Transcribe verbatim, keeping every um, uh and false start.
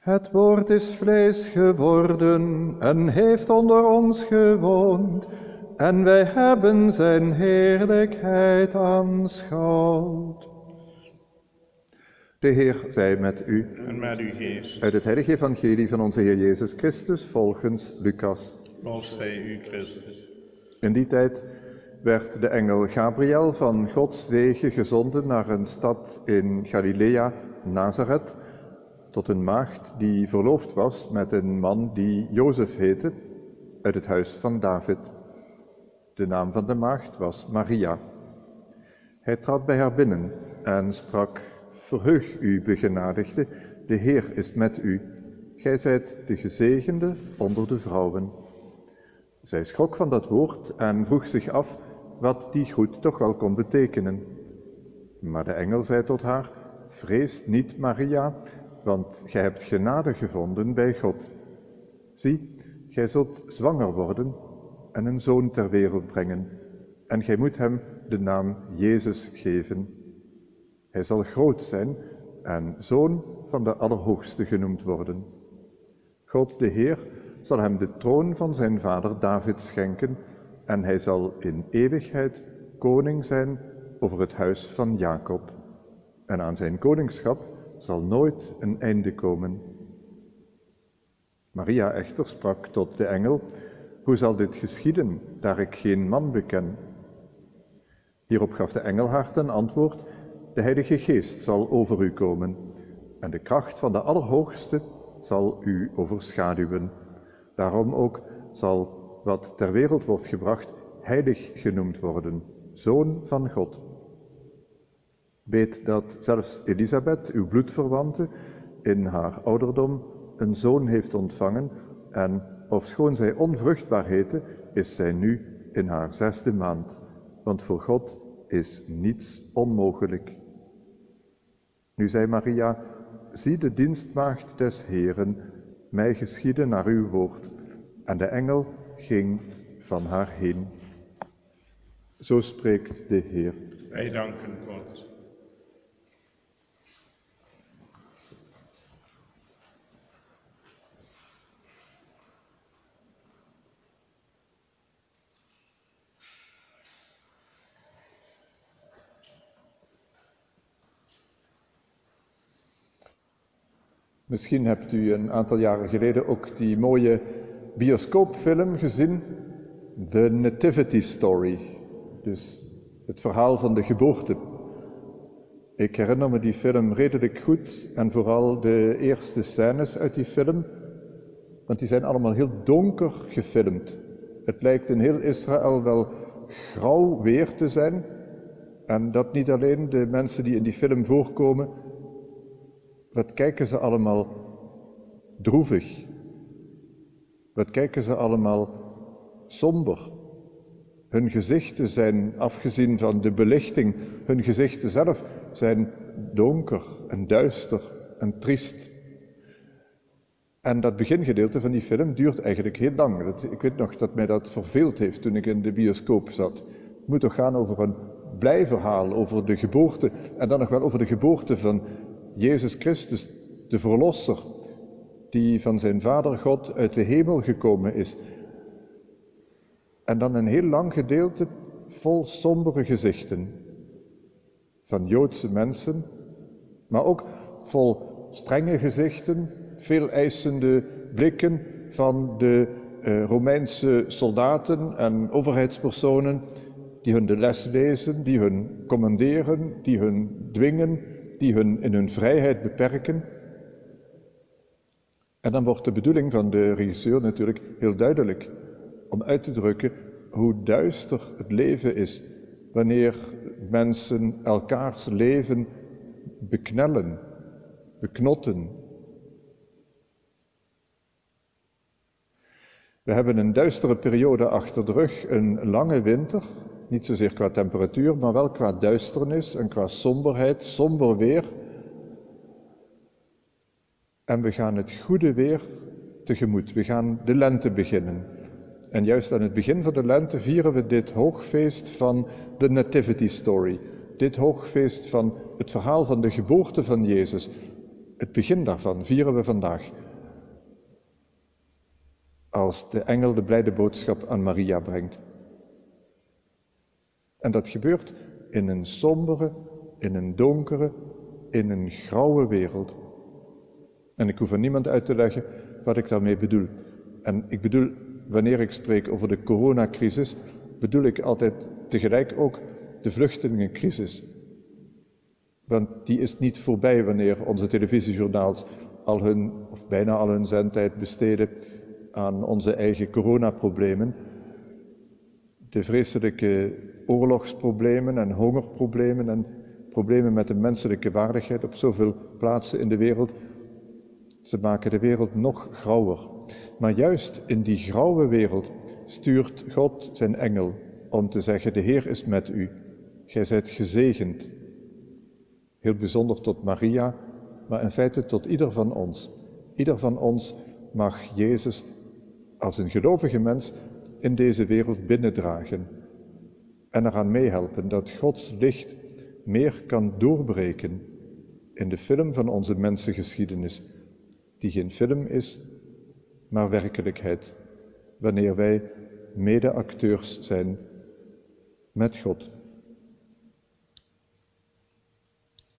Het woord is vlees geworden en heeft onder ons gewoond, en wij hebben zijn heerlijkheid aanschouwd. De Heer zij met u. En met uw geest. Uit het heilige evangelie van onze Heer Jezus Christus volgens Lucas. Lof zij u, Christus. In die tijd werd de engel Gabriel van Gods wege gezonden naar een stad in Galilea, Nazareth, tot een maagd die verloofd was met een man die Jozef heette, uit het huis van David. De naam van de maagd was Maria. Hij trad bij haar binnen en sprak: Verheug u, begenadigde, de Heer is met u. Gij zijt de gezegende onder de vrouwen. Zij schrok van dat woord en vroeg zich af wat die groet toch wel kon betekenen. Maar de engel zei tot haar: Vrees niet, Maria, want gij hebt genade gevonden bij God. Zie, gij zult zwanger worden en een zoon ter wereld brengen, en gij moet hem de naam Jezus geven. Hij zal groot zijn en zoon van de Allerhoogste genoemd worden. God de Heer zal hem de troon van zijn vader David schenken, en hij zal in eeuwigheid koning zijn over het huis van Jacob. En aan zijn koningschap zal nooit een einde komen. Maria echter sprak tot de engel: Hoe zal dit geschieden, daar ik geen man beken? Hierop gaf de engel haar ten antwoord: De Heilige Geest zal over u komen, en de kracht van de Allerhoogste zal u overschaduwen. Daarom ook zal wat ter wereld wordt gebracht heilig genoemd worden, Zoon van God. Weet dat zelfs Elisabeth, uw bloedverwante, in haar ouderdom een zoon heeft ontvangen, en ofschoon zij onvruchtbaar heette, is zij nu in haar zesde maand, want voor God is niets onmogelijk. Nu zei Maria: Zie de dienstmaagd des Heeren, mij geschieden naar uw woord. En de engel ging van haar heen. Zo spreekt de Heer. Wij danken God. Misschien hebt u een aantal jaren geleden ook die mooie bioscoopfilm gezien, The Nativity Story, dus het verhaal van de geboorte. Ik herinner me die film redelijk goed en vooral de eerste scènes uit die film, want die zijn allemaal heel donker gefilmd. Het lijkt in heel Israël wel grauw weer te zijn, en dat niet alleen. De mensen die in die film voorkomen, wat kijken ze allemaal droevig. Wat kijken ze allemaal somber. Hun gezichten zijn, afgezien van de belichting, hun gezichten zelf zijn donker en duister en triest. En dat begingedeelte van die film duurt eigenlijk heel lang. Dat, ik weet nog dat mij dat verveeld heeft toen ik in de bioscoop zat. Het moet toch gaan over een blij verhaal, over de geboorte, en dan nog wel over de geboorte van Jezus Christus, de Verlosser, die van zijn Vader God uit de hemel gekomen is. En dan een heel lang gedeelte vol sombere gezichten van Joodse mensen, maar ook vol strenge gezichten, veel eisende blikken van de uh, Romeinse soldaten en overheidspersonen die hun de les lezen, die hun commanderen, die hun dwingen, die hun in hun vrijheid beperken. En dan wordt de bedoeling van de regisseur natuurlijk heel duidelijk, om uit te drukken hoe duister het leven is wanneer mensen elkaars leven beknellen, beknotten. We hebben een duistere periode achter de rug, een lange winter, niet zozeer qua temperatuur, maar wel qua duisternis en qua somberheid, somber weer. En we gaan het goede weer tegemoet, we gaan de lente beginnen. En juist aan het begin van de lente vieren we dit hoogfeest van de Nativity Story. Dit hoogfeest van het verhaal van de geboorte van Jezus. Het begin daarvan vieren we vandaag, als de engel de blijde boodschap aan Maria brengt. En dat gebeurt in een sombere, in een donkere, in een grauwe wereld. En ik hoef aan niemand uit te leggen wat ik daarmee bedoel. En ik bedoel, wanneer ik spreek over de coronacrisis, bedoel ik altijd tegelijk ook de vluchtelingencrisis. Want die is niet voorbij wanneer onze televisiejournaals al hun, of bijna al hun zendtijd besteden aan onze eigen coronaproblemen. De vreselijke oorlogsproblemen en hongerproblemen en problemen met de menselijke waardigheid op zoveel plaatsen in de wereld. Ze maken de wereld nog grauwer. Maar juist in die grauwe wereld stuurt God zijn engel om te zeggen: de Heer is met u, gij zijt gezegend. Heel bijzonder tot Maria, maar in feite tot ieder van ons. Ieder van ons mag Jezus als een gelovige mens in deze wereld binnendragen en eraan meehelpen dat Gods licht meer kan doorbreken in de film van onze mensengeschiedenis, die geen film is, maar werkelijkheid, wanneer wij medeacteurs zijn met God.